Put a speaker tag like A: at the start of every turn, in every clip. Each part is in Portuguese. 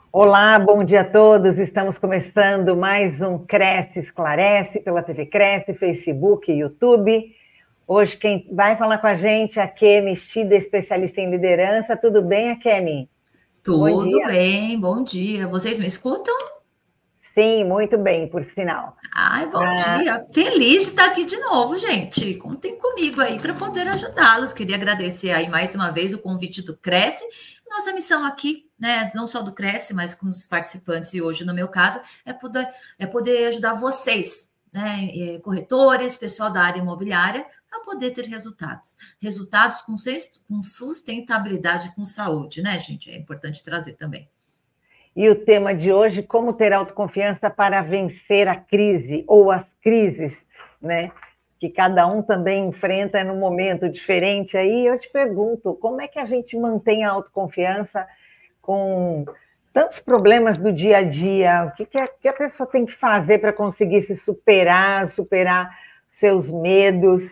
A: Olá, bom dia a todos. Estamos começando mais um Cresce Esclarece pela TV Cresce, Facebook e YouTube. Hoje quem vai falar com a gente é a Kemi Shida, especialista em liderança. Tudo bem, Kemi? Bom
B: Tudo
A: dia.
B: bem, bom dia. Vocês me escutam?
A: Sim, muito bem, por sinal.
B: Ai, bom
A: Ah,
B: dia. Feliz de estar aqui de novo, gente. Contem comigo aí para poder ajudá-los. Queria agradecer aí mais uma vez o convite do Cresce. Nossa missão aqui, né, não só do Cresce, mas com os participantes e hoje, no meu caso, é poder ajudar vocês, né, corretores, pessoal da área imobiliária, a poder ter resultados. Resultados com sustentabilidade, com saúde, né, gente? É importante trazer também.
A: e o tema de hoje, como ter autoconfiança para vencer a crise ou as crises, né? Que cada um também enfrenta num momento diferente. Aí eu te pergunto, como é que a gente mantém a autoconfiança com tantos problemas do dia a dia? O que a pessoa tem que fazer para conseguir se superar seus medos?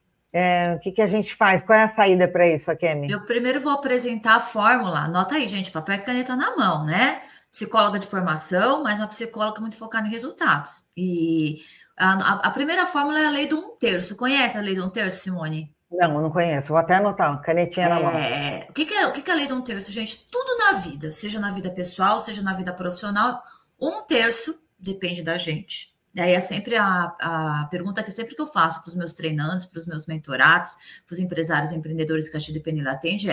A: O que a gente faz? Qual é a saída para isso, Kemi?
B: Eu primeiro vou apresentar a fórmula. Anota aí, gente, papel e caneta na mão, né? Psicóloga de formação, mas uma psicóloga muito focada em resultados. E a primeira fórmula é a lei do um terço. Conhece a lei do um terço, Simone?
A: Não, eu não conheço. Vou até anotar, canetinha na mão.
B: O que é a lei do um terço, gente? Tudo na vida, seja na vida pessoal, seja na vida profissional, um terço depende da gente. Daí é sempre a pergunta que sempre que eu faço para os meus treinandos, para os meus mentorados, para os empresários e empreendedores que a Chile Penila atende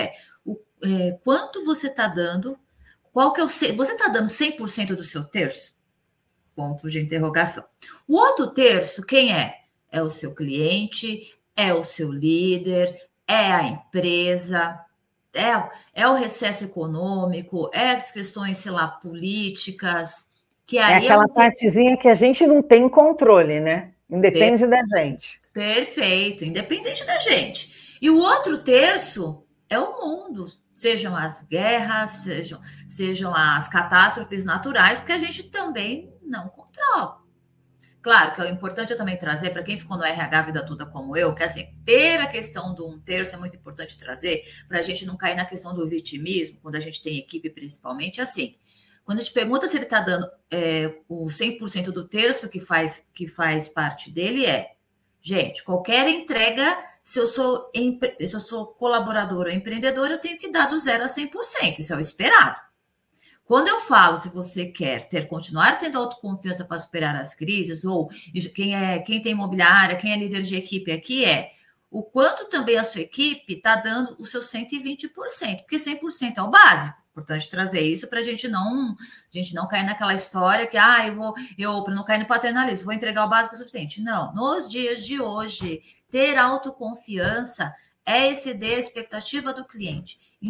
B: quanto você está dando, qual que é você está dando 100% do seu terço? Ponto de interrogação. O outro terço, quem é? É o seu cliente, é o seu líder, é a empresa, é o recesso econômico, é as questões, sei lá, políticas, que
A: É
B: aí é
A: aquela
B: um
A: partezinha que a gente não tem controle, né? Independe da gente.
B: perfeito, independente da gente. E o outro terço é o mundo, sejam as guerras, sejam as catástrofes naturais, porque a gente também não controla. Claro que o importante é também trazer, para quem ficou no RH a vida toda como eu, que assim, ter a questão do um terço é muito importante trazer, para a gente não cair na questão do vitimismo, quando a gente tem equipe principalmente, assim. Quando a gente pergunta se ele está dando o 100% do terço que faz parte dele, gente, qualquer entrega, se eu sou colaborador ou empreendedor, eu tenho que dar do 0 a 100%, isso é o esperado. Quando eu falo, se você quer continuar tendo autoconfiança para superar as crises, ou quem tem imobiliária, quem é líder de equipe aqui, o quanto também a sua equipe está dando o seu 120%, porque 100% é o básico. Importante trazer isso para a gente não cair naquela história que para não cair no paternalismo, vou entregar o básico o suficiente. Não, nos dias de hoje, ter autoconfiança é exceder a expectativa do cliente em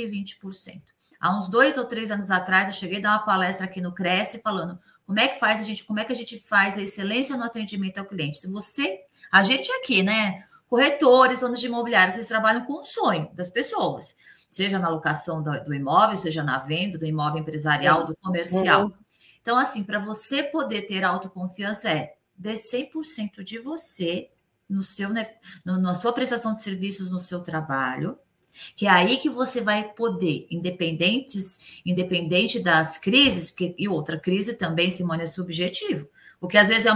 B: 120%. Há uns 2 ou 3 anos atrás, eu cheguei a dar uma palestra aqui no Cresce falando como é que a gente faz a excelência no atendimento ao cliente. A gente aqui, né? Corretores, donos de imobiliários, vocês trabalham com o sonho das pessoas, seja na locação do imóvel, seja na venda do imóvel empresarial,
A: Sim.
B: do comercial.
A: Uhum.
B: Então, assim, para você poder ter autoconfiança, dê 100% de você na sua prestação de serviços, no seu trabalho, que é aí que você vai poder, independente das crises, e outra crise também, Simone, é subjetivo. O que às vezes é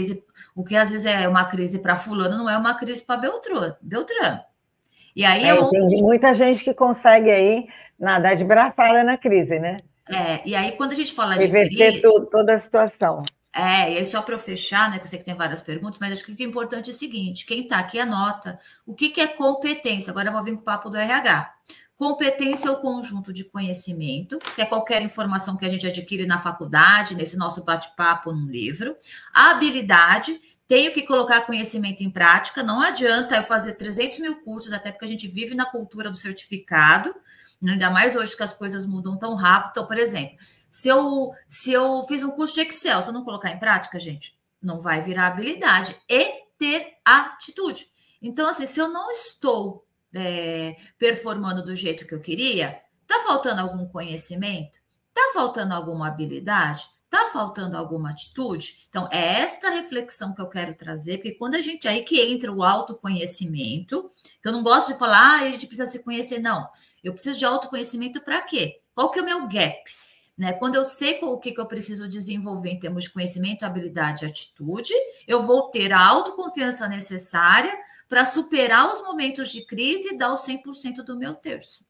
B: uma crise para fulano, não é uma crise para Beltrano. E aí é
A: Tem muita gente que consegue aí nadar de braçada na crise, né?
B: e aí quando a gente fala de
A: Reverter
B: crise,
A: toda a situação.
B: e aí só para eu fechar, né, que eu sei que tem várias perguntas, mas acho que o que é importante é o seguinte, quem está aqui anota o que é competência. Agora eu vou vir com o papo do RH. Competência é o conjunto de conhecimento, que é qualquer informação que a gente adquire na faculdade, nesse nosso bate-papo num livro. A habilidade, tenho que colocar conhecimento em prática, não adianta eu fazer 300 mil cursos, até porque a gente vive na cultura do certificado, ainda mais hoje que as coisas mudam tão rápido. Então, por exemplo, se eu fiz um curso de Excel, se eu não colocar em prática, gente, não vai virar habilidade. E ter atitude. Então, assim, se eu não estou performando do jeito que eu queria, tá faltando algum conhecimento? Tá faltando alguma habilidade? Tá faltando alguma atitude? Então, é esta reflexão que eu quero trazer, porque quando a gente aí que entra o autoconhecimento, que eu não gosto de falar, a gente precisa se conhecer, não. Eu preciso de autoconhecimento para quê? Qual que é o meu gap? né? Quando eu sei o que eu preciso desenvolver em termos de conhecimento, habilidade e atitude, eu vou ter a autoconfiança necessária para superar os momentos de crise e dar o 100% do meu terço.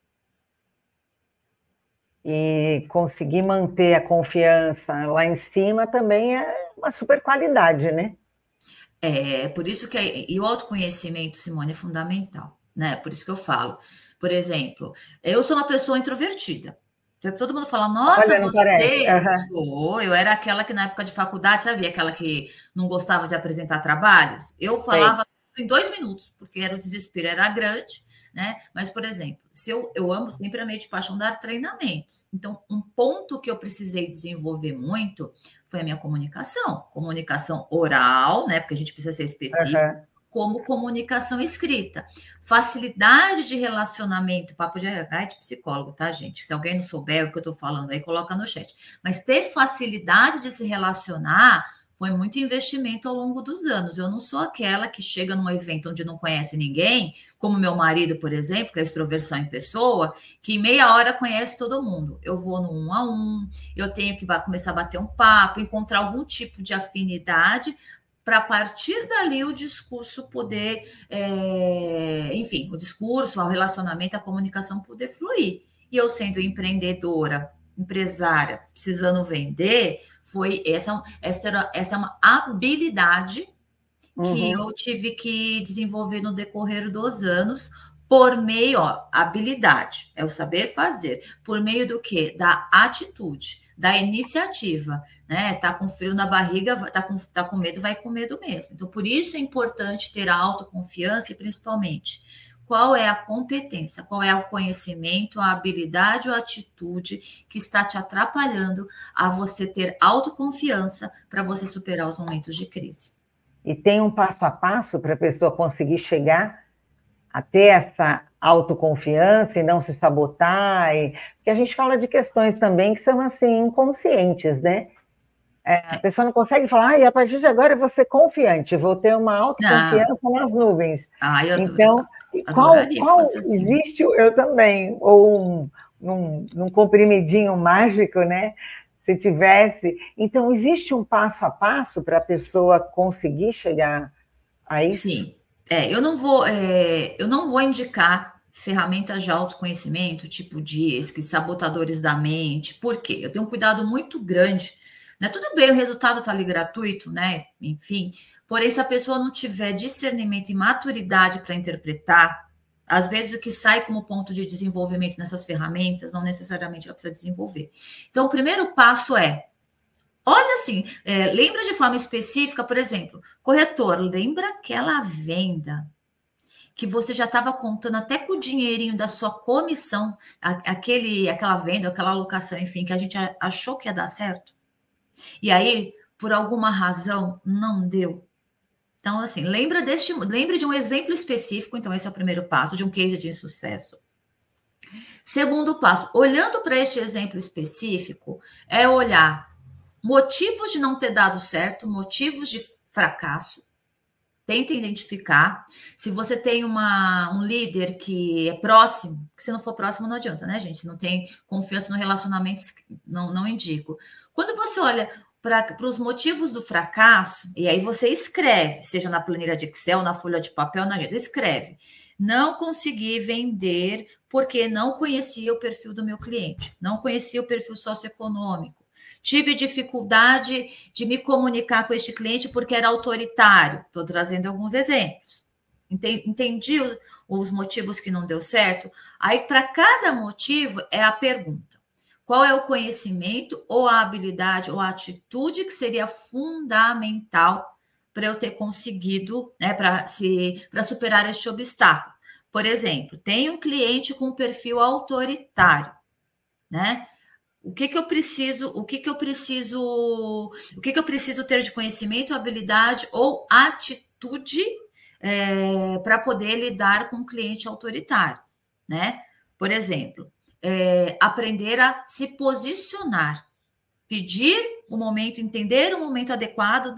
A: E conseguir manter a confiança lá em cima também é uma super qualidade, né?
B: É por isso que e o autoconhecimento, Simone, é fundamental, né? Por isso que eu falo. Por exemplo, eu sou uma pessoa introvertida. Todo mundo fala, nossa,
A: Olha, não parece?
B: você. Eu era aquela que na época de faculdade, sabia, aquela que não gostava de apresentar trabalhos. Eu
A: Sei.
B: falava em 2 minutos, porque era o desespero, era grande, né? Mas, por exemplo, se eu amo sempre amei de paixão dar treinamentos. Então, um ponto que eu precisei desenvolver muito foi a minha comunicação oral, né? Porque a gente precisa ser específico, como comunicação escrita. Facilidade de relacionamento, papo de RH de psicólogo, tá, gente? Se alguém não souber o que eu tô falando aí, coloca no chat. Mas ter facilidade de se relacionar foi muito investimento ao longo dos anos. Eu não sou aquela que chega num evento onde não conhece ninguém, como meu marido, por exemplo, que é extroversão em pessoa, que em meia hora conhece todo mundo. Eu vou no 1 a 1, eu tenho que começar a bater um papo, encontrar algum tipo de afinidade para a partir dali o discurso poder, enfim, o discurso, o relacionamento, a comunicação poder fluir. E eu sendo empreendedora, empresária, precisando vender, essa é uma habilidade que eu tive que desenvolver no decorrer dos anos, por meio, habilidade, é o saber fazer, por meio do quê? Da atitude, da iniciativa, né? Tá com frio na barriga, tá com medo, vai com medo mesmo. Então, por isso é importante ter a autoconfiança e, principalmente, qual é a competência, qual é o conhecimento, a habilidade ou a atitude que está te atrapalhando a você ter autoconfiança para você superar os momentos de crise.
A: E tem um passo a passo para a pessoa conseguir chegar a ter essa autoconfiança e não se sabotar. Porque a gente fala de questões também que são assim inconscientes, né? A pessoa não consegue falar, a partir de agora eu vou ser confiante, vou ter uma autoconfiança nas nuvens. Então, qual assim. Existe, eu também, ou num comprimidinho mágico, né? Se tivesse. Então, existe um passo a passo para a pessoa conseguir chegar a isso?
B: Sim. Eu não vou indicar ferramentas de autoconhecimento, tipo DISC, sabotadores da mente. Por quê? Eu tenho um cuidado muito grande. Né? Tudo bem, o resultado está ali gratuito, né? Enfim. Porém, se a pessoa não tiver discernimento e maturidade para interpretar, às vezes o que sai como ponto de desenvolvimento nessas ferramentas, não necessariamente ela precisa desenvolver. Então, o primeiro passo olha assim, lembra de forma específica, por exemplo, corretor, lembra aquela venda que você já estava contando até com o dinheirinho da sua comissão, aquela venda, aquela alocação, enfim, que a gente achou que ia dar certo? E aí, por alguma razão, não deu. Então, assim, lembre de um exemplo específico, então esse é o primeiro passo, de um case de insucesso. Segundo passo, olhando para este exemplo específico, é olhar motivos de não ter dado certo, motivos de fracasso. Tenta identificar. Se você tem um líder que é próximo, que se não for próximo não adianta, né, gente? Se não tem confiança no relacionamento, não indico. Quando você olha para os motivos do fracasso, e aí você escreve, seja na planilha de Excel, na folha de papel, na agenda, escreve. Não consegui vender porque não conhecia o perfil do meu cliente, não conhecia o perfil socioeconômico. Tive dificuldade de me comunicar com este cliente porque era autoritário. Estou trazendo alguns exemplos. Entendi os motivos que não deu certo? Aí, para cada motivo, é a pergunta. Qual é o conhecimento, ou a habilidade, ou a atitude que seria fundamental para eu ter conseguido, né, para superar este obstáculo? Por exemplo, tem um cliente com um perfil autoritário, né? O que eu preciso ter de conhecimento, habilidade ou atitude para poder lidar com um cliente autoritário, né? Por exemplo, aprender a se posicionar, pedir o momento, entender o momento adequado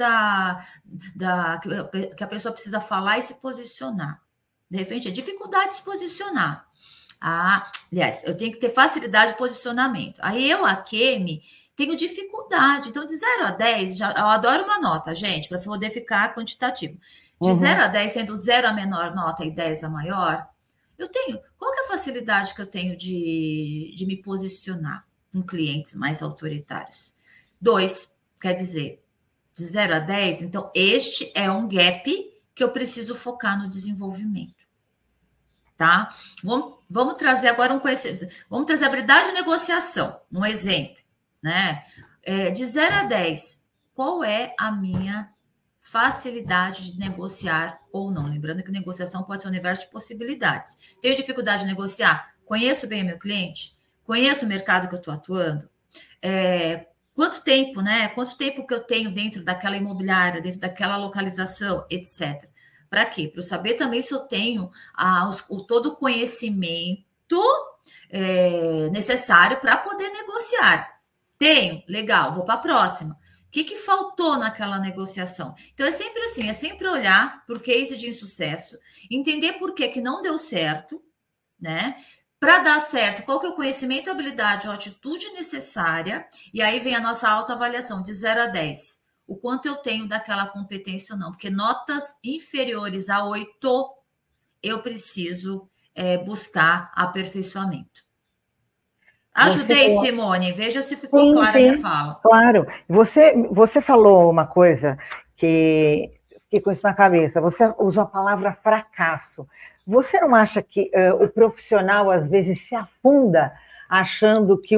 B: que a pessoa precisa falar e se posicionar. De repente, é dificuldade de se posicionar. Aliás, eu tenho que ter facilidade de posicionamento. Aí a Kemi, tenho dificuldade. Então, de 0 a 10, eu adoro uma nota, gente, para poder ficar quantitativo. De 0 a 10, sendo 0 a menor nota e 10 a maior, qual que é a facilidade que eu tenho de me posicionar com clientes mais autoritários? 2, quer dizer, de 0 a 10, então este é um gap que eu preciso focar no desenvolvimento. Tá? Vamos trazer agora vamos trazer habilidade de negociação, um exemplo, né? De 0 a 10, qual é a minha facilidade de negociar ou não? Lembrando que negociação pode ser um universo de possibilidades. Tenho dificuldade de negociar? Conheço bem o meu cliente? Conheço o mercado que eu estou atuando? Quanto tempo, né? Quanto tempo que eu tenho dentro daquela imobiliária, dentro daquela localização, etc. Para quê? Para eu saber também se eu tenho todo o conhecimento necessário para poder negociar. Tenho? Legal, vou para a próxima. O que faltou naquela negociação? Então, é sempre assim, é sempre olhar para o case de insucesso, entender por que não deu certo, né? Para dar certo, qual que é o conhecimento, habilidade ou atitude necessária, e aí vem a nossa autoavaliação de 0 a 10. O quanto eu tenho daquela competência ou não, porque notas inferiores a 8, eu preciso buscar aperfeiçoamento. Ajudei, Simone, veja se ficou clara a minha fala.
A: Claro, você falou uma coisa que fiquei com isso na cabeça, você usou a palavra fracasso. Você não acha que o profissional, às vezes, se afunda achando que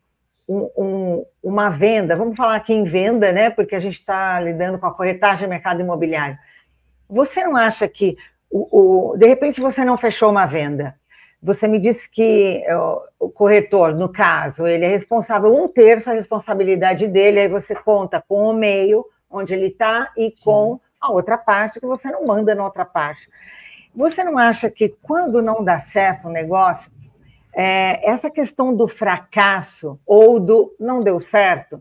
A: uma venda, vamos falar aqui em venda, né? Porque a gente está lidando com a corretagem do mercado imobiliário. Você não acha que, de repente, você não fechou uma venda? Você me disse que o corretor, no caso, ele é responsável, 1/3 a responsabilidade dele, aí você conta com o meio, onde ele está, e com a outra parte, que você não manda na outra parte. Você não acha que, quando não dá certo o negócio, essa questão do fracasso ou do não deu certo,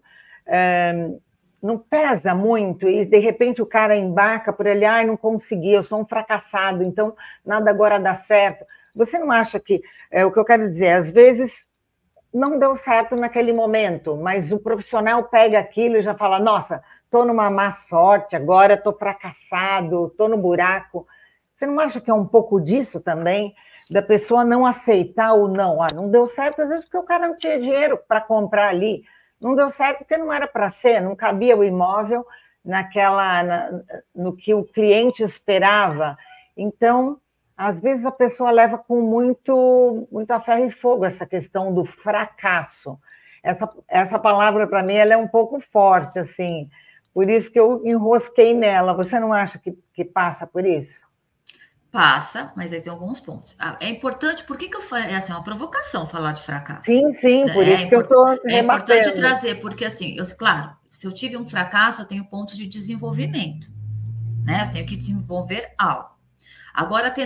A: não pesa muito e, de repente, o cara embarca por ele, não consegui, eu sou um fracassado, então nada agora dá certo. Você não acha que, o que eu quero dizer, às vezes não deu certo naquele momento, mas o profissional pega aquilo e já fala, nossa, estou numa má sorte, agora estou fracassado, estou no buraco. Você não acha que é um pouco disso também? Da pessoa não aceitar ou não? Não deu certo, às vezes porque o cara não tinha dinheiro para comprar ali. Não deu certo porque não era para ser, não cabia o imóvel no que o cliente esperava. Então, às vezes a pessoa leva com muito a ferro e fogo essa questão do fracasso. Essa palavra, para mim, ela é um pouco forte, assim. Por isso que eu enrosquei nela. Você não acha que passa por isso?
B: Passa, mas aí tem alguns pontos. É importante, por que eu falei? É uma provocação falar de fracasso.
A: Sim, por isso que eu estou rebatendo.
B: É importante trazer, porque assim, claro, se eu tive um fracasso, eu tenho pontos de desenvolvimento, né? Eu tenho que desenvolver algo. Agora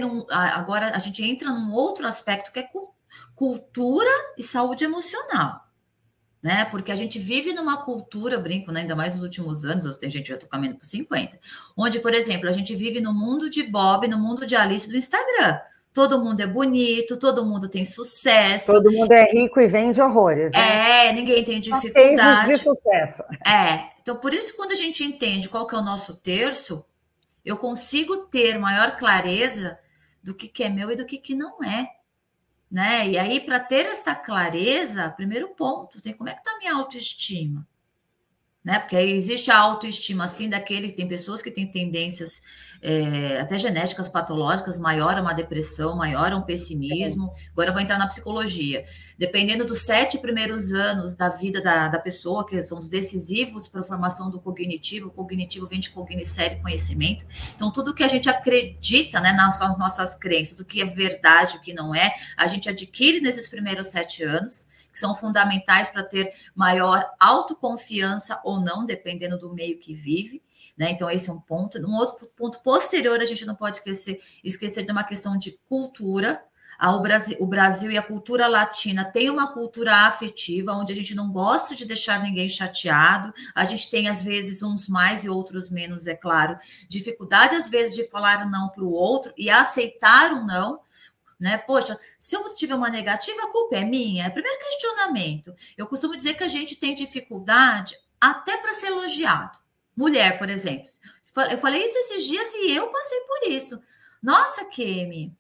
B: a gente entra num outro aspecto que é cultura e saúde emocional. Né? Porque a gente vive numa cultura, brinco, né? Ainda mais nos últimos anos, tem gente que já está caminhando por 50, onde, por exemplo, a gente vive no mundo de Bob, no mundo de Alice do Instagram. Todo mundo é bonito, todo mundo tem sucesso.
A: Todo mundo é rico e vende horrores, né?
B: Ninguém tem dificuldade.
A: De sucesso.
B: Então, por isso, quando a gente entende qual que é o nosso terço, eu consigo ter maior clareza do que é meu e do que não é. Né? E aí, para ter esta clareza, primeiro ponto, como é que está a minha autoestima? Né? Porque aí existe a autoestima, assim, daquele que tem pessoas que têm tendências até genéticas patológicas, maior a uma depressão, maior a um pessimismo. Agora eu vou entrar na psicologia. Dependendo dos 7 primeiros anos da vida da pessoa, que são os decisivos para a formação do cognitivo, o cognitivo vem de cognoscere, conhecimento. Então, tudo que a gente acredita, né, nas nossas crenças, o que é verdade, o que não é, a gente adquire nesses primeiros 7 anos, que são fundamentais para ter maior autoconfiança ou não, dependendo do meio que vive, né? Então, esse é um ponto. Um outro ponto posterior, a gente não pode esquecer de uma questão de cultura. O Brasil e a cultura latina tem uma cultura afetiva, onde a gente não gosta de deixar ninguém chateado, a gente tem, às vezes, uns mais e outros menos, é claro, dificuldade, às vezes, de falar não para o outro e aceitar o não. né? Poxa, se eu tiver uma negativa, a culpa é minha? É o primeiro questionamento. Eu costumo dizer que a gente tem dificuldade até para ser elogiado. Mulher, por exemplo. Eu falei isso esses dias e eu passei por isso. Nossa, Kemi,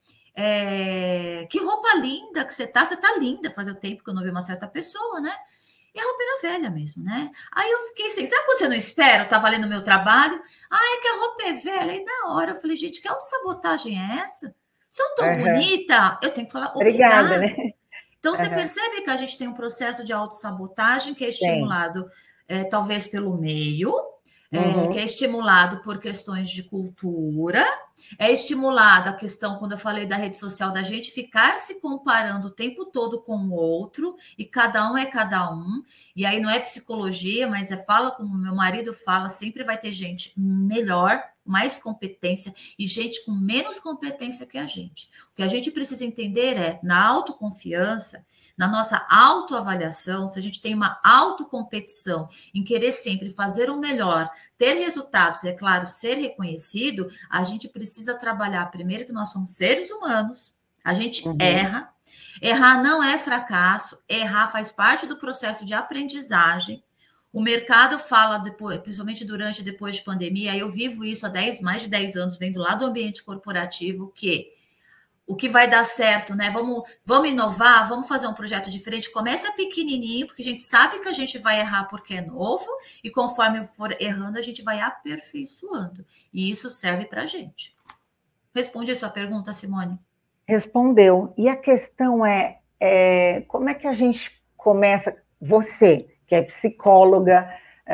B: que roupa linda que você tá. Você tá linda. Fazia tempo que eu não vi uma certa pessoa, né? E a roupa era velha mesmo, né? Aí eu fiquei assim, sabe quando você não espera? Eu tava lendo o meu trabalho. É que a roupa é velha. E na hora eu falei, gente, que autossabotagem é essa? Se eu tô bonita, eu tenho que falar
A: Obrigada,
B: obrigada.
A: né?
B: Então, você percebe que a gente tem um processo de autossabotagem que é
A: Tem.
B: estimulado, talvez pelo meio, que é
A: Uhum.
B: estimulado por questões de cultura, é estimulado a questão, quando eu falei da rede social, da gente ficar se comparando o tempo todo com o outro, e cada um é cada um, e aí não é psicologia, mas fala como meu marido fala, sempre vai ter gente melhor, mais competência, e gente com menos competência que a gente. O que a gente precisa entender é, na autoconfiança, na nossa autoavaliação, se a gente tem uma autocompetição em querer sempre fazer o melhor, ter resultados, é claro, ser reconhecido, a gente precisa trabalhar primeiro que nós somos seres humanos, a gente erra. Errar não é fracasso, errar faz parte do processo de aprendizagem. O mercado fala, depois, principalmente durante e depois de pandemia, eu vivo isso há mais de 10 anos dentro lá do ambiente corporativo, que o que vai dar certo, né? Vamos inovar, vamos fazer um projeto diferente. Começa pequenininho, porque a gente sabe que a gente vai errar porque é novo, e conforme for errando, a gente vai aperfeiçoando. E isso serve para a gente. Responde a sua pergunta, Simone.
A: Respondeu. E a questão como é que a gente começa? Você, que é psicóloga,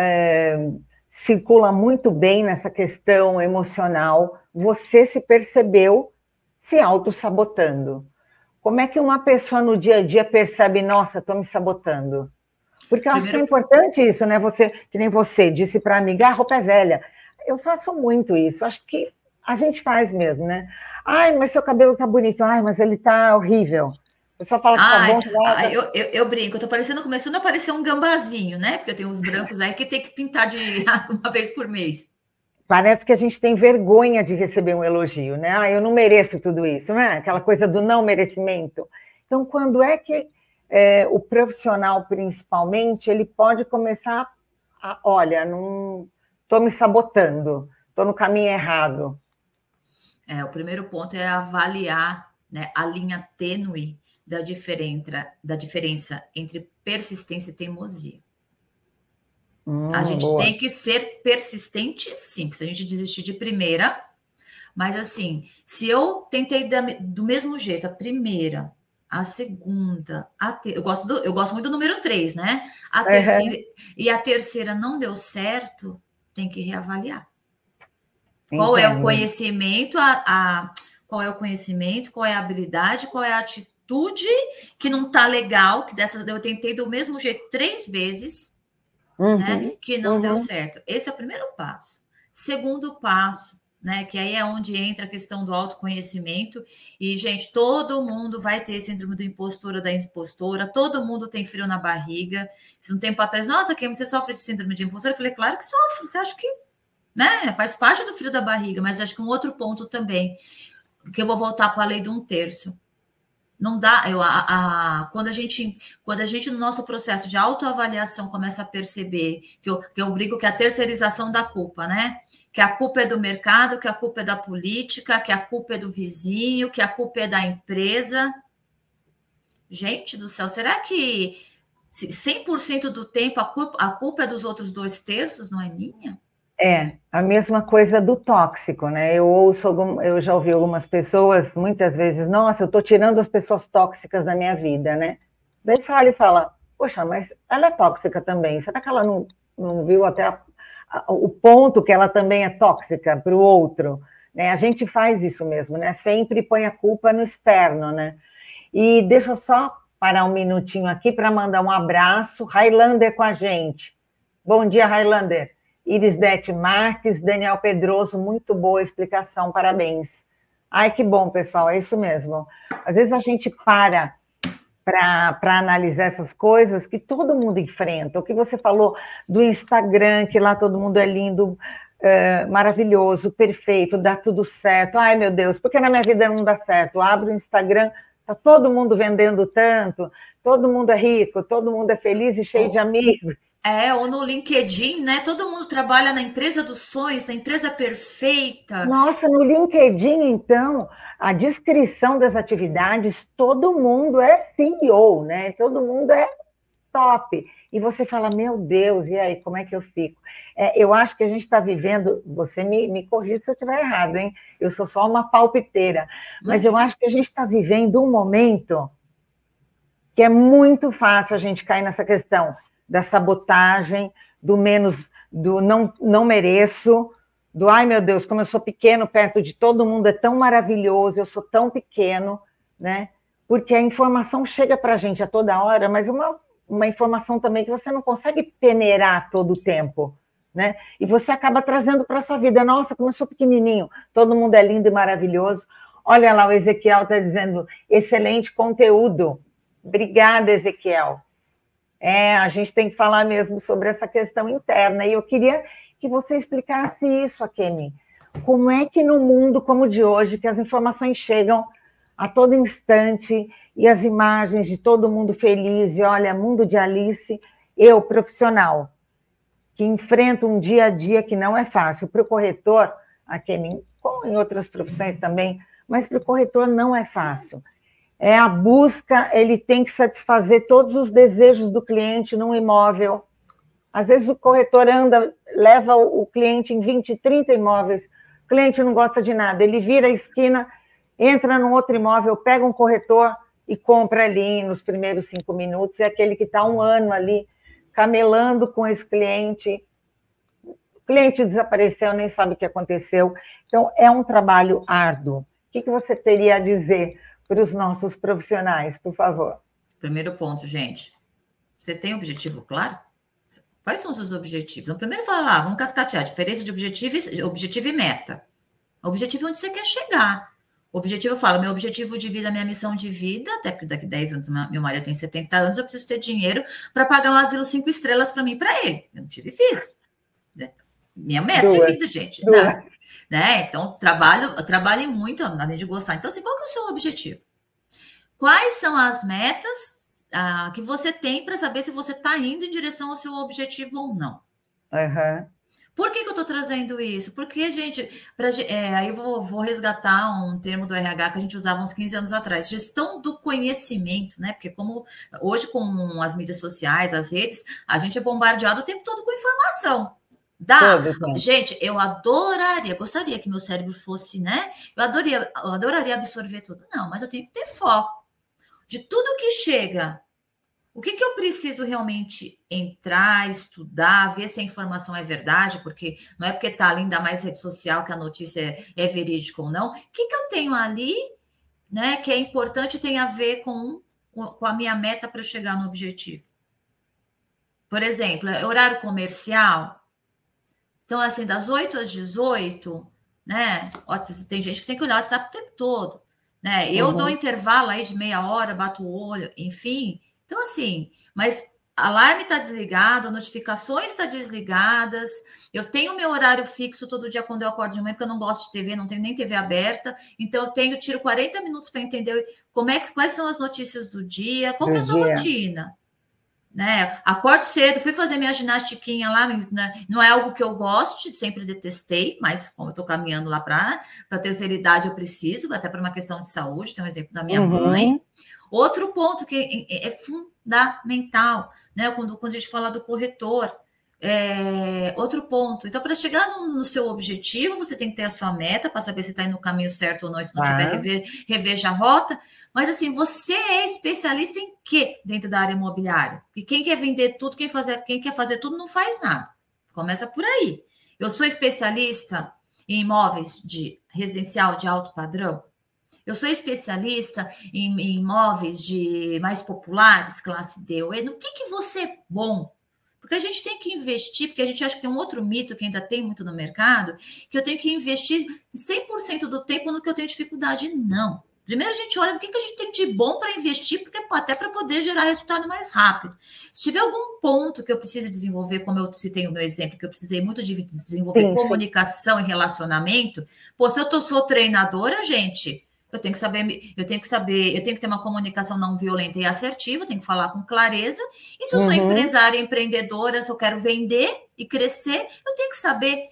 A: circula muito bem nessa questão emocional, você se percebeu se auto-sabotando. Como é que uma pessoa no dia a dia percebe, nossa, estou me sabotando? Porque eu acho que é importante isso, né? Você, que nem você disse para a amiga, a roupa é velha. Eu faço muito isso, acho que a gente faz mesmo, né? Ai, mas seu cabelo tá bonito. Ai, mas ele tá horrível. O pessoal fala que tá bom.
B: Eu brinco, eu tô começando a parecer um gambazinho, né? Porque eu tenho uns brancos aí que tem que pintar de uma vez por mês.
A: Parece que a gente tem vergonha de receber um elogio, né? Ah, eu não mereço tudo isso, né? Aquela coisa do não merecimento. Então, quando é que o profissional, principalmente, ele pode começar olha, não estou me sabotando, estou no caminho errado.
B: O primeiro ponto é avaliar, né, a linha tênue da diferença entre persistência e teimosia. A gente
A: Boa.
B: tem que ser persistente, sim, se a gente desistir de primeira, mas assim, se eu tentei do mesmo jeito, a primeira, a segunda, eu gosto muito do número 3, né? A terceira, e a terceira não deu certo, tem que reavaliar. Qual é o conhecimento, qual é o conhecimento, qual é a habilidade, qual é a atitude que não está legal, que dessa eu tentei do mesmo jeito 3 vezes, né, que não deu certo. Esse é o primeiro passo. Segundo passo, né, que aí é onde entra a questão do autoconhecimento. E, gente, todo mundo vai ter síndrome do impostor ou da impostora, todo mundo tem frio na barriga. Se um tempo atrás, nossa, Kim, você sofre de síndrome de impostor? Eu falei, claro que sofre. Você acha que, né, faz parte do frio da barriga, mas acho que um outro ponto também, que eu vou voltar para a lei de 1/3. Não dá, quando a gente no nosso processo de autoavaliação começa a perceber que eu brinco que é a terceirização da culpa, né? Que a culpa é do mercado, que a culpa é da política, que a culpa é do vizinho, que a culpa é da empresa. Gente do céu, será que 100% do tempo a culpa é dos outros 2/3, não é minha?
A: A mesma coisa do tóxico, né? Eu já ouvi algumas pessoas, muitas vezes, nossa, eu estou tirando as pessoas tóxicas da minha vida, né? Daí você olha e fala, poxa, mas ela é tóxica também, será que ela não viu até o ponto que ela também é tóxica para o outro? Né? A gente faz isso mesmo, né? Sempre põe a culpa no externo, né? E deixa eu só parar um minutinho aqui para mandar um abraço, Highlander com a gente. Bom dia, Highlander. Irisdete Marques, Daniel Pedroso, muito boa explicação, parabéns. Ai, que bom, pessoal, é isso mesmo. Às vezes a gente para analisar essas coisas que todo mundo enfrenta. O que você falou do Instagram, que lá todo mundo é lindo, maravilhoso, perfeito, dá tudo certo. Ai, meu Deus, por que na minha vida não dá certo? Abro o Instagram, tá todo mundo vendendo tanto, todo mundo é rico, todo mundo é feliz e cheio de amigos.
B: Ou no LinkedIn, né? Todo mundo trabalha na empresa dos sonhos, na empresa perfeita.
A: Nossa, no LinkedIn, então, a descrição das atividades, todo mundo é CEO, né? Todo mundo é top. E você fala, meu Deus, e aí, como é que eu fico? Eu acho que a gente está vivendo, você me corrija se eu estiver errado, hein? Eu sou só uma palpiteira, mas eu acho que a gente está vivendo um momento que é muito fácil a gente cair nessa questão da sabotagem, do menos, do não mereço, do ai meu Deus, como eu sou pequeno perto de todo mundo, é tão maravilhoso, eu sou tão pequeno, né? Porque a informação chega para a gente a toda hora, mas uma informação também que você não consegue peneirar todo o tempo, né? E você acaba trazendo para a sua vida, nossa, como eu sou pequenininho, todo mundo é lindo e maravilhoso. Olha lá, o Ezequiel está dizendo, excelente conteúdo. Obrigada, Ezequiel. A gente tem que falar mesmo sobre essa questão interna. E eu queria que você explicasse isso, Akemi. Como é que no mundo como o de hoje, que as informações chegam a todo instante e as imagens de todo mundo feliz, e olha, mundo de Alice, eu, profissional, que enfrento um dia a dia que não é fácil. Para o corretor, Akemi, como em outras profissões também, mas para o corretor não é fácil. A busca, ele tem que satisfazer todos os desejos do cliente num imóvel. Às vezes o corretor leva o cliente em 20, 30 imóveis, o cliente não gosta de nada, ele vira a esquina, entra num outro imóvel, pega um corretor e compra ali nos primeiros 5 minutos, é aquele que está 1 ano ali, camelando com esse cliente, o cliente desapareceu, nem sabe o que aconteceu, então é um trabalho árduo. O que você teria a dizer para os nossos profissionais, por favor?
B: Primeiro ponto, gente. Você tem objetivo claro? Quais são os seus objetivos? Então, primeiro fala lá, vamos cascatear a diferença de objetivo e meta. O objetivo é onde você quer chegar. O objetivo, eu falo, meu objetivo de vida, minha missão de vida, até porque daqui a 10 anos, meu marido tem 70 anos, eu preciso ter dinheiro para pagar um asilo 5 estrelas para mim e para ele. Eu não tive filhos. Minha meta de vida, gente. Né? Então, trabalho muito, além de gostar. Então, assim, qual que é o seu objetivo? Quais são as metas que você tem para saber se você está indo em direção ao seu objetivo ou não?
A: Uhum.
B: Por que eu estou trazendo isso? Porque, gente, aí eu vou resgatar um termo do RH que a gente usava uns 15 anos atrás, gestão do conhecimento, né? Porque como hoje com as mídias sociais, as redes, a gente é bombardeado o tempo todo com informação. Gente, eu gostaria que meu cérebro fosse, né? Eu adoraria absorver tudo. Não, mas eu tenho que ter foco. De tudo que chega, o que eu preciso realmente entrar, estudar, ver se a informação é verdade, porque não é porque está ali, ainda mais rede social, que a notícia é verídica ou não. O que eu tenho ali, né, que é importante, tem a ver com a minha meta para chegar no objetivo. Por exemplo, horário comercial. Então, assim, das 8 às 18, né? Tem gente que tem que olhar o WhatsApp o tempo todo, né? Eu dou intervalo aí de meia hora, bato o olho, enfim. Então, assim, mas alarme está desligado, notificações estão desligadas, eu tenho meu horário fixo todo dia quando eu acordo de manhã, porque eu não gosto de TV, não tenho nem TV aberta, então eu tiro 40 minutos para entender quais são as notícias do dia, qual que é a sua rotina? Né? Acordo cedo, fui fazer minha ginastiquinha lá, né? Não é algo que eu goste, sempre detestei, mas como eu estou caminhando lá para a terceira idade, eu preciso, até para uma questão de saúde, tem um exemplo da minha mãe. Outro ponto que é fundamental, né? Quando a gente fala do corretor, outro ponto. Então, para chegar no seu objetivo, você tem que ter a sua meta para saber se está indo no caminho certo ou não. Se não tiver, reveja a rota. Mas, assim, você é especialista em quê dentro da área imobiliária? Porque quem quer vender tudo, quem quer fazer tudo, não faz nada. Começa por aí. Eu sou especialista em imóveis de residencial de alto padrão. Eu sou especialista em imóveis de mais populares, classe D. No que você é bom? Porque a gente tem que investir, porque a gente acha que tem um outro mito que ainda tem muito no mercado, que eu tenho que investir 100% do tempo no que eu tenho dificuldade. Não. Primeiro a gente olha o que a gente tem de bom para investir, porque até para poder gerar resultado mais rápido. Se tiver algum ponto que eu preciso desenvolver, como eu citei o meu exemplo, que eu precisei muito de desenvolver comunicação e relacionamento, se eu sou treinadora, gente, eu tenho que ter uma comunicação não violenta e assertiva, tenho que falar com clareza. E se eu sou empresária, empreendedora, se eu quero vender e crescer, eu tenho que saber,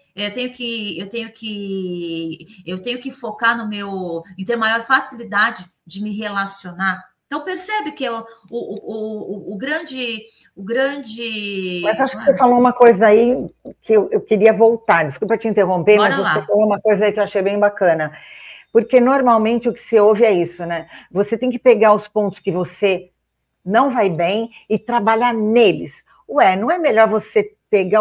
B: eu tenho que focar em ter maior facilidade de me relacionar. Então percebe que é o grande.
A: Mas acho que você falou uma coisa aí que eu queria voltar. Desculpa te interromper, mas você falou uma coisa aí que eu achei bem bacana. Porque normalmente o que se ouve é isso, né? Você tem que pegar os pontos que você não vai bem e trabalhar neles. Ué, não é melhor você pegar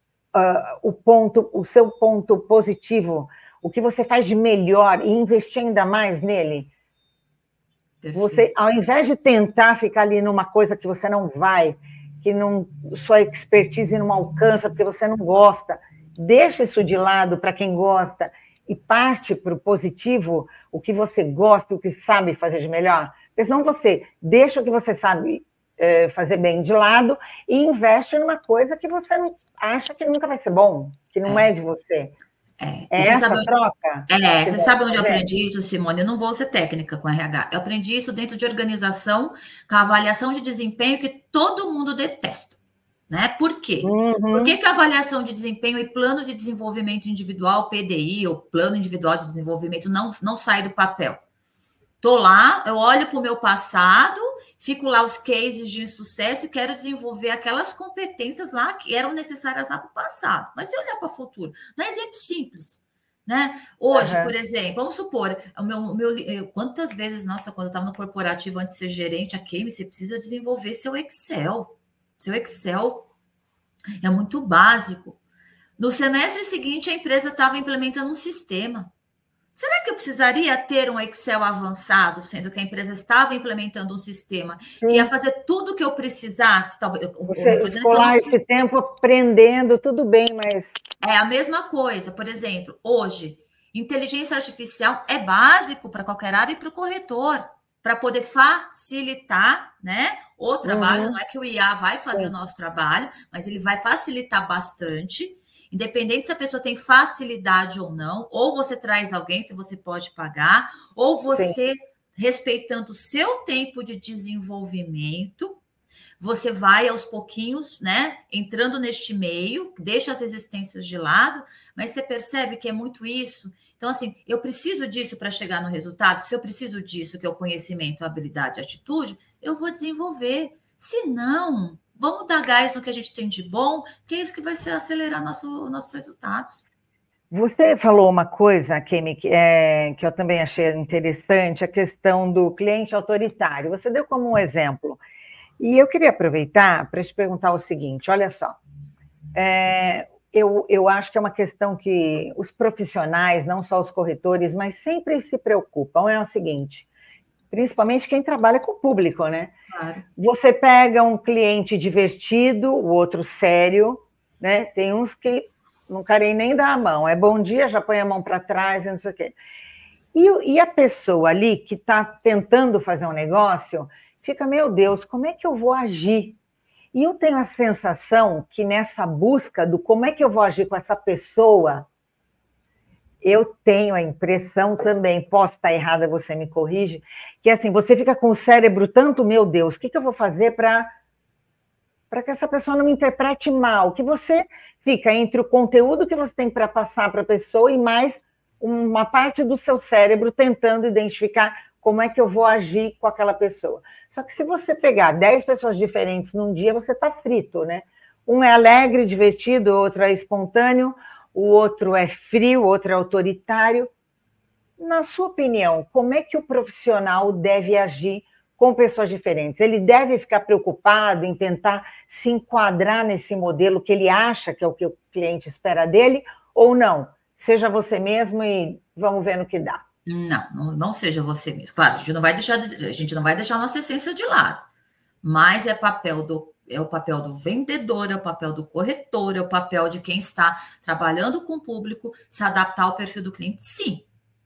A: o seu ponto positivo, o que você faz de melhor e investir ainda mais nele? Perfeito. Você, ao invés de tentar ficar ali numa coisa que você não vai, que não, sua expertise não alcança, porque você não gosta, deixa isso de lado para quem gosta e parte para o positivo, o que você gosta, o que sabe fazer de melhor. Porque senão você deixa o que você sabe fazer bem de lado e investe numa coisa que você não acha que nunca vai ser bom, que não é de você. Essa troca?
B: Você sabe onde eu aprendi isso, Simone? Eu não vou ser técnica com RH. Eu aprendi isso dentro de organização, com a avaliação de desempenho que todo mundo detesta. Né? Por quê? Por que a avaliação de desempenho e plano de desenvolvimento individual, PDI, ou plano individual de desenvolvimento, não sai do papel? Estou lá, eu olho para o meu passado, fico lá os cases de insucesso e quero desenvolver aquelas competências lá que eram necessárias lá para o passado. Mas e olhar para o futuro? Não é exemplo simples. Né? Hoje, por exemplo, vamos supor, quantas vezes, quando eu estava no corporativo antes de ser gerente, você precisa desenvolver seu Excel. Seu Excel é muito básico. No semestre seguinte, a empresa estava implementando um sistema. Será que eu precisaria ter um Excel avançado, sendo que a empresa estava implementando um sistema que ia fazer tudo o que eu precisasse? Talvez,
A: você ficou lá esse tempo aprendendo, tudo bem, mas...
B: É a mesma coisa. Por exemplo, hoje, inteligência artificial é básico para qualquer área e para o corretor, para poder facilitar, né, o trabalho. Não é que o IA vai fazer o nosso trabalho, mas ele vai facilitar bastante. Independente se a pessoa tem facilidade ou não, ou você traz alguém, se você pode pagar, ou você, respeitando o seu tempo de desenvolvimento, você vai aos pouquinhos, né, entrando neste meio, deixa as resistências de lado, mas você percebe que é muito isso. Então, assim, eu preciso disso para chegar no resultado. Se eu preciso disso, que é o conhecimento, a habilidade, a atitude, eu vou desenvolver. Se não, vamos dar gás no que a gente tem de bom, que é isso que vai acelerar nossos resultados.
A: Você falou uma coisa, Kemi, que eu também achei interessante, a questão do cliente autoritário. Você deu como um exemplo. E eu queria aproveitar para te perguntar o seguinte, olha só, eu acho que é uma questão que os profissionais, não só os corretores, mas sempre se preocupam, é o seguinte, principalmente quem trabalha com o público, né?
B: Claro.
A: Você pega um cliente divertido, o outro sério, né? Tem uns que não querem nem dar a mão, é bom dia, já põe a mão para trás, não sei o quê. E a pessoa ali que está tentando fazer um negócio... fica, meu Deus, como é que eu vou agir? E eu tenho a sensação que nessa busca do como é que eu vou agir com essa pessoa, eu tenho a impressão também, posso estar errada, você me corrige, que assim, você fica com o cérebro tanto, meu Deus, o que eu vou fazer para que essa pessoa não me interprete mal? Que você fica entre o conteúdo que você tem para passar para a pessoa e mais uma parte do seu cérebro tentando identificar como é que eu vou agir com aquela pessoa. Só que se você pegar 10 pessoas diferentes num dia, você está frito, né? Um é alegre, divertido, o outro é espontâneo, o outro é frio, o outro é autoritário. Na sua opinião, como é que o profissional deve agir com pessoas diferentes? Ele deve ficar preocupado em tentar se enquadrar nesse modelo que ele acha que é o que o cliente espera dele, ou não? Seja você mesmo e vamos ver no que dá.
B: Não seja você mesmo. Claro, a gente não vai deixar a nossa essência de lado, mas é o papel do vendedor, é o papel do corretor, é o papel de quem está trabalhando com o público, se adaptar ao perfil do cliente, sim.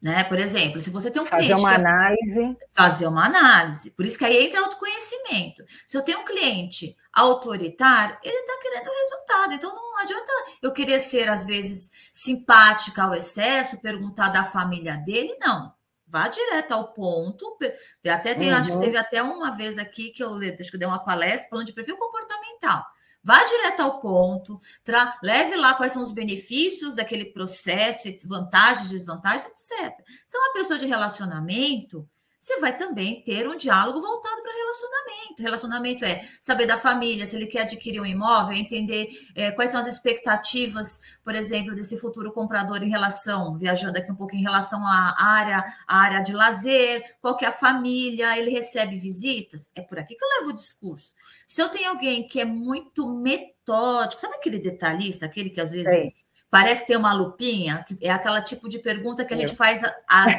B: né? Por exemplo, se você tem um
A: Fazer
B: cliente
A: uma
B: que
A: análise.
B: fazer uma análise. Por isso que aí entra autoconhecimento. Se eu tenho um cliente autoritário, ele está querendo resultado. Então não adianta eu querer ser, às vezes, simpática ao excesso, perguntar da família dele, não. Vá direto ao ponto. Até tem, acho que teve até uma vez aqui que acho que eu dei uma palestra falando de perfil comportamental. Vá direto ao ponto, leve lá quais são os benefícios daquele processo, vantagens, desvantagens, etc. Se é uma pessoa de relacionamento, você vai também ter um diálogo voltado para relacionamento. Relacionamento é saber da família, se ele quer adquirir um imóvel, entender quais são as expectativas, por exemplo, desse futuro comprador em relação, viajando aqui um pouco em relação à área de lazer, qual que é a família, ele recebe visitas. É por aqui que eu levo o discurso. Se eu tenho alguém que é muito metódico, sabe aquele detalhista, aquele que às vezes parece que tem uma lupinha, que é aquela tipo de pergunta que a gente faz há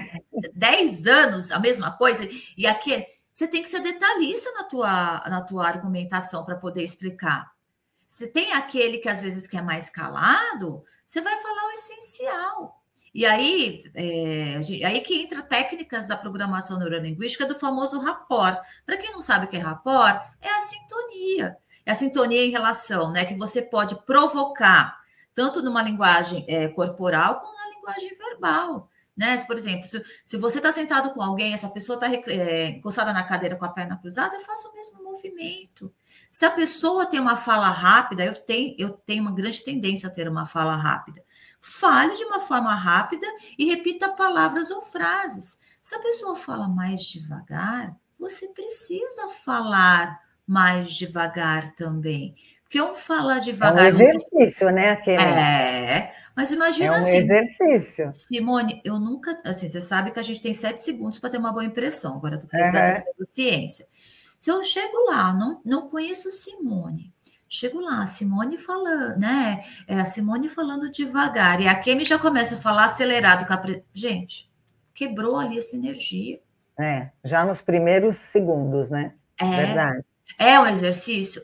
B: 10 anos, a mesma coisa, e aqui você tem que ser detalhista na tua argumentação para poder explicar. Se tem aquele que às vezes quer mais calado, você vai falar o essencial. E aí, aí que entra técnicas da programação neurolinguística do famoso rapport. Para quem não sabe o que é rapport, é a sintonia. É a sintonia em relação, né, que você pode provocar, tanto numa linguagem corporal como na linguagem verbal. Né? Por exemplo, se você está sentado com alguém, essa pessoa está encostada na cadeira com a perna cruzada, faça o mesmo movimento. Se a pessoa tem uma fala rápida, eu tenho uma grande tendência a ter uma fala rápida. Fale de uma forma rápida e repita palavras ou frases. Se a pessoa fala mais devagar, você precisa falar mais devagar também. Porque um fala devagar...
A: É um exercício, né, Kemi?
B: Mas imagina
A: assim... É um exercício.
B: Simone, eu nunca... Assim, você sabe que a gente tem 7 segundos para ter uma boa impressão. Agora eu estou resgatando a ciência. Se eu chego lá, não conheço Simone, chego lá, a Simone falando, né? A Simone falando devagar, e a Kemi já começa a falar acelerado. Gente, quebrou ali essa energia.
A: Já nos primeiros segundos, né? Verdade.
B: É um exercício?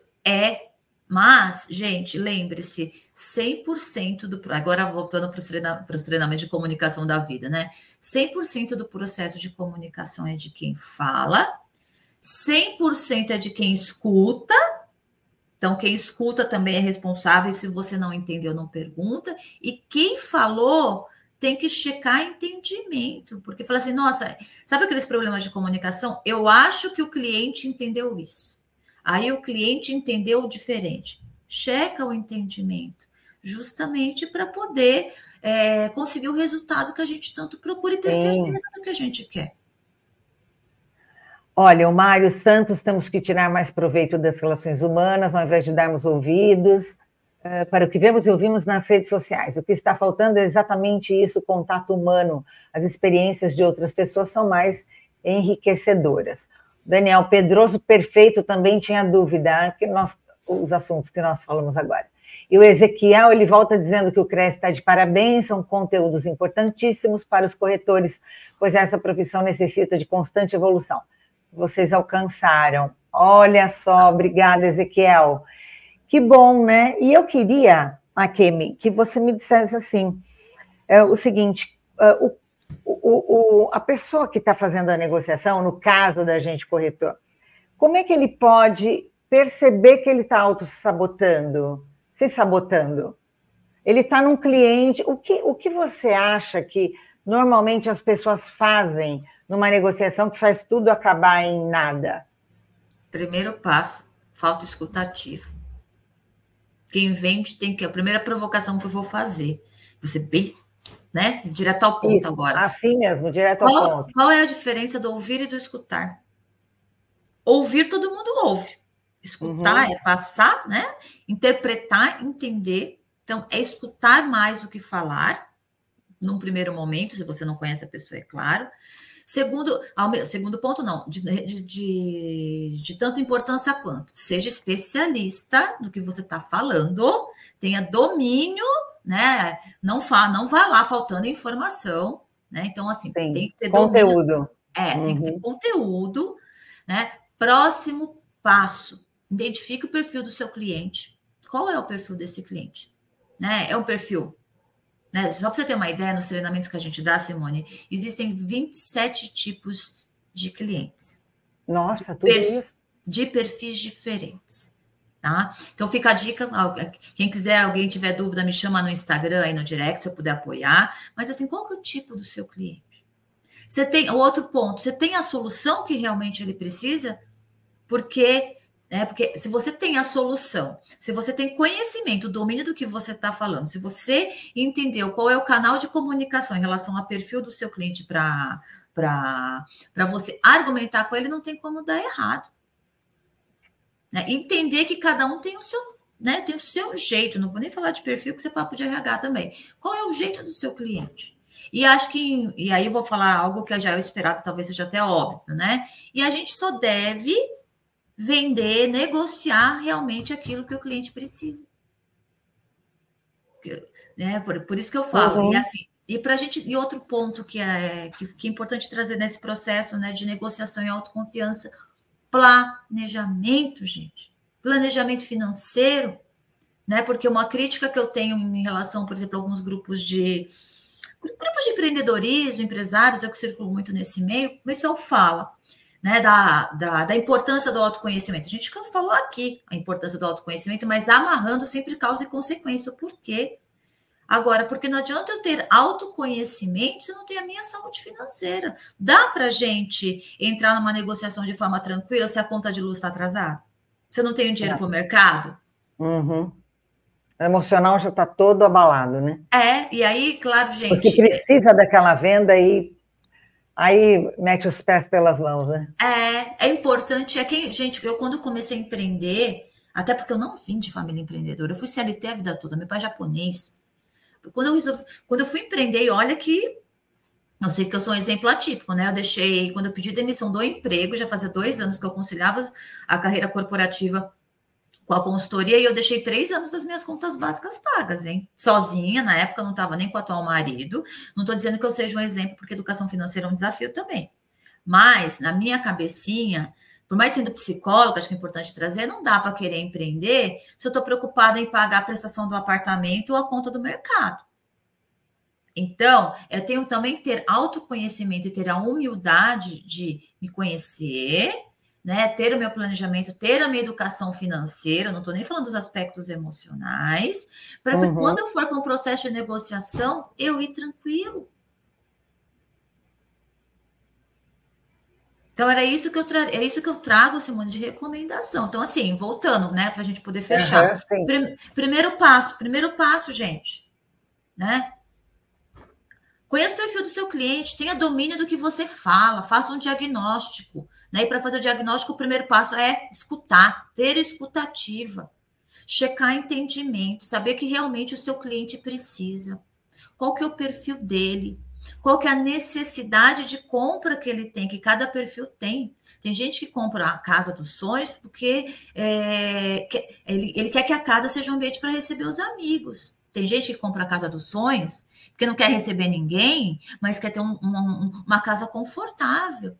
B: Mas, gente, lembre-se, 100% do... Agora, voltando para os treinamentos de comunicação da vida, né? 100% do processo de comunicação é de quem fala, 100% é de quem escuta. Então, quem escuta também é responsável, e se você não entendeu, não pergunta. E quem falou tem que checar entendimento, porque fala assim, nossa, sabe aqueles problemas de comunicação? Eu acho que o cliente entendeu isso. Aí o cliente entendeu diferente. Checa o entendimento, justamente para poder conseguir o resultado que a gente tanto procura e ter certeza do que a gente quer.
A: Olha, o Mário Santos, temos que tirar mais proveito das relações humanas, ao invés de darmos ouvidos para o que vemos e ouvimos nas redes sociais. O que está faltando é exatamente isso, o contato humano. As experiências de outras pessoas são mais enriquecedoras. Daniel Pedroso, perfeito, também tinha dúvida, os assuntos que nós falamos agora. E o Ezequiel, ele volta dizendo que o CRES está de parabéns, são conteúdos importantíssimos para os corretores, pois essa profissão necessita de constante evolução. Vocês alcançaram. Olha só, obrigada, Ezequiel. Que bom, né? E eu queria, Kemi, que você me dissesse assim, o seguinte, a pessoa que está fazendo a negociação, no caso da agente corretor, como é que ele pode perceber que ele está auto-sabotando, se sabotando? Ele está num cliente, o que você acha que normalmente as pessoas fazem numa negociação que faz tudo acabar em nada?
B: Primeiro passo, falta escutativa. Quem vende tem que... A primeira provocação que eu vou fazer, você bem, né? Direto ao ponto. Isso, agora.
A: Assim mesmo, direto ao ponto.
B: Qual é a diferença do ouvir e do escutar? Ouvir, todo mundo ouve. Escutar é passar, né? Interpretar, entender. Então, é escutar mais do que falar, num primeiro momento, se você não conhece a pessoa, é claro. Segundo ponto, não, de tanta importância quanto. Seja especialista do que você está falando, tenha domínio, né? Não vá lá faltando informação, né? Então, assim,
A: tem
B: que ter
A: conteúdo.
B: Domínio, tem que ter conteúdo, né? Próximo passo, identifique o perfil do seu cliente. Qual é o perfil desse cliente? Né? É um perfil né? Só para você ter uma ideia, nos treinamentos que a gente dá, Simone, existem 27 tipos de clientes.
A: Nossa, tudo isso?
B: De perfis diferentes. Tá? Então fica a dica, quem quiser, alguém tiver dúvida, me chama no Instagram, aí no direct, se eu puder apoiar. Mas assim, qual que é o tipo do seu cliente? Você tem, o outro ponto, você tem a solução que realmente ele precisa? Porque se você tem a solução, se você tem conhecimento, domínio do que você está falando, se você entendeu qual é o canal de comunicação em relação ao perfil do seu cliente para você argumentar com ele, não tem como dar errado. Né? Entender que cada um tem o seu, né, tem o seu jeito, não vou nem falar de perfil, que você é papo de RH também. Qual é o jeito do seu cliente? E acho que, e aí eu vou falar algo que já é esperado, talvez seja até óbvio, né? E a gente só deve vender, negociar realmente aquilo que o cliente precisa. Né? Por isso que eu falo.
A: Uhum.
B: E assim, e outro ponto que é importante trazer nesse processo, né, de negociação e autoconfiança, planejamento, gente. Planejamento financeiro, né? Porque uma crítica que eu tenho em relação, por exemplo, a alguns grupos de empreendedorismo, empresários, eu que circulo muito nesse meio, o pessoal fala, né, da importância do autoconhecimento. A gente falou aqui a importância do autoconhecimento, mas amarrando sempre causa e consequência. Por quê? Agora, porque não adianta eu ter autoconhecimento se eu não tenho a minha saúde financeira. Dá para a gente entrar numa negociação de forma tranquila se a conta de luz está atrasada? Se eu não tenho dinheiro para o mercado?
A: Uhum. O emocional já está todo abalado, né?
B: E aí, claro, gente...
A: Você precisa daquela venda e aí mete os pés pelas mãos, né?
B: É importante, gente, eu quando comecei a empreender, até porque eu não vim de família empreendedora, eu fui CLT a vida toda, meu pai é japonês. Quando eu fui empreender, e olha que eu sei que eu sou um exemplo atípico, né? Quando eu pedi demissão do emprego, já fazia 2 anos que eu conciliava a carreira corporativa com a consultoria e eu deixei 3 anos das minhas contas básicas pagas, hein? Sozinha, na época eu não estava nem com o atual marido. Não estou dizendo que eu seja um exemplo, porque educação financeira é um desafio também. Mas, na minha cabecinha, por mais sendo psicóloga, acho que é importante trazer, não dá para querer empreender se eu estou preocupada em pagar a prestação do apartamento ou a conta do mercado. Então, eu tenho também que ter autoconhecimento e ter a humildade de me conhecer, né? Ter o meu planejamento, ter a minha educação financeira, não estou nem falando dos aspectos emocionais, para que quando eu for para um processo de negociação, eu ir tranquilo. Então, é isso que eu trago, Simone, de recomendação. Então, assim, voltando, né, para a gente poder fechar. Primeiro passo, gente, né? Conheça o perfil do seu cliente, tenha domínio do que você fala, faça um diagnóstico. Né? E para fazer o diagnóstico, o primeiro passo é escutar, ter escutativa, checar entendimento, saber que realmente o seu cliente precisa. Qual que é o perfil dele? Qual que é a necessidade de compra que ele tem, que cada perfil tem. Tem gente que compra a casa dos sonhos porque ele quer que a casa seja um ambiente para receber os amigos. Tem gente que compra a casa dos sonhos porque não quer receber ninguém, mas quer ter uma casa confortável.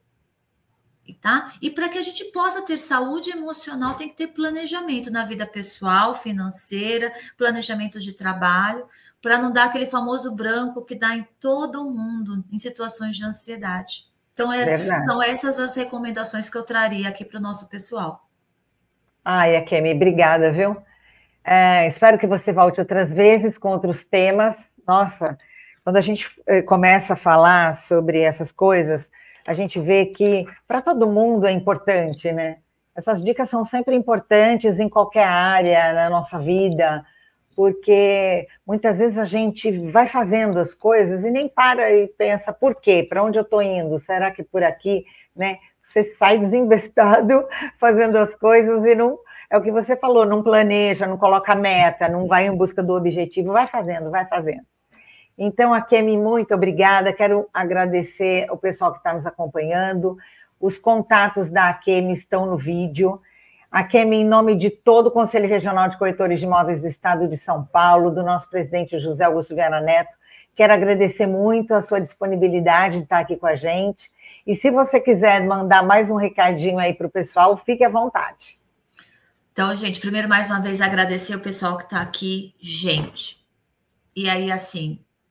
B: Tá? E para que a gente possa ter saúde emocional, tem que ter planejamento na vida pessoal, financeira, planejamento de trabalho, para não dar aquele famoso branco que dá em todo mundo em situações de ansiedade. Então, são essas as recomendações que eu traria aqui para o nosso pessoal.
A: Ai, Akemi, obrigada, viu? Espero que você volte outras vezes com outros temas. Nossa, quando a gente começa a falar sobre essas coisas, a gente vê que para todo mundo é importante, né? Essas dicas são sempre importantes em qualquer área na nossa vida, porque muitas vezes a gente vai fazendo as coisas e nem para e pensa, por quê? Para onde eu estou indo? Será que por aqui? Né? Você sai desinvestado fazendo as coisas e não... É o que você falou, não planeja, não coloca meta, não vai em busca do objetivo, vai fazendo, vai fazendo. Então, Akemi, muito obrigada. Quero agradecer ao pessoal que está nos acompanhando. Os contatos da Akemi estão no vídeo. Akemi, em nome de todo o Conselho Regional de Corretores de Imóveis do Estado de São Paulo, do nosso presidente José Augusto Viana Neto, quero agradecer muito a sua disponibilidade de estar aqui com a gente. E se você quiser mandar mais um recadinho aí para o pessoal, fique à vontade.
B: Então, gente, primeiro, mais uma vez, agradecer o pessoal que está aqui. Gente, e aí, assim,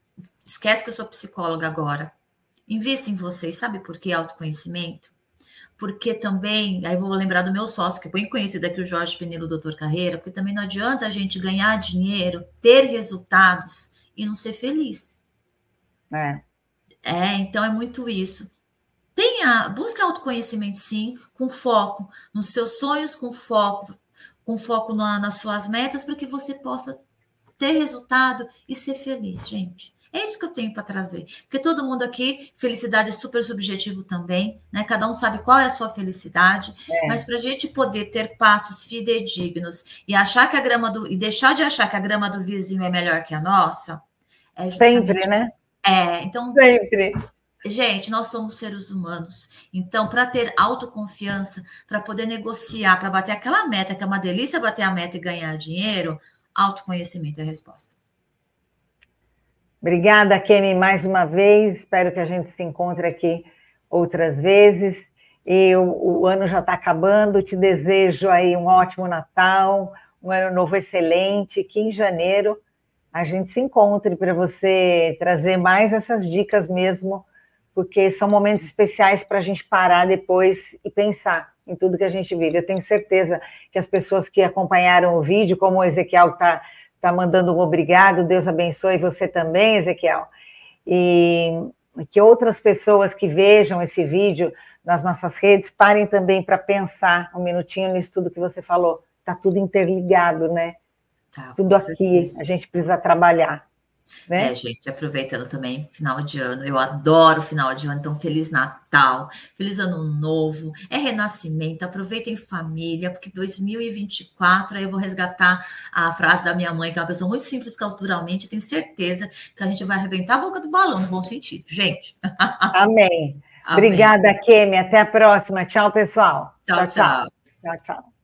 B: esquece que eu sou psicóloga agora. Invista em vocês, sabe por que autoconhecimento? Porque também, aí vou lembrar do meu sócio, que é bem conhecido aqui, o Jorge Pinheiro, o Doutor Carreira, porque também não adianta a gente ganhar dinheiro, ter resultados e não ser feliz. Então é muito isso. Busca autoconhecimento, sim, com foco nos seus sonhos, com foco nas suas metas, para que você possa ter resultado e ser feliz, gente. É isso que eu tenho para trazer. Porque todo mundo aqui, felicidade é super subjetivo também, né? Cada um sabe qual é a sua felicidade, mas para a gente poder ter passos fidedignos e achar que e deixar de achar que a grama do vizinho é melhor que a nossa, é justamente.
A: Sempre, né?
B: Então.
A: Sempre.
B: Gente, nós somos seres humanos. Então, para ter autoconfiança, para poder negociar, para bater aquela meta, que é uma delícia bater a meta e ganhar dinheiro, autoconhecimento é a resposta.
A: Obrigada, Kemi, mais uma vez. Espero que a gente se encontre aqui outras vezes. E o ano já está acabando. Te desejo aí um ótimo Natal, um ano novo excelente, que em janeiro a gente se encontre para você trazer mais essas dicas mesmo, porque são momentos especiais para a gente parar depois e pensar em tudo que a gente vive. Eu tenho certeza que as pessoas que acompanharam o vídeo, como o Ezequiel está mandando um obrigado, Deus abençoe você também, Ezequiel, e que outras pessoas que vejam esse vídeo nas nossas redes parem também para pensar um minutinho nisso tudo que você falou. Está tudo interligado, né? Tudo aqui, certeza. A gente precisa trabalhar. Né?
B: Gente, aproveitando também final de ano, eu adoro final de ano, então Feliz Natal, Feliz Ano Novo, é renascimento, aproveitem família, porque 2024, aí eu vou resgatar a frase da minha mãe, que é uma pessoa muito simples culturalmente, tenho certeza que a gente vai arrebentar a boca do balão, no bom sentido, gente.
A: Amém. Obrigada, Kemi, até a próxima, tchau, pessoal.
B: Tchau.
A: Tchau.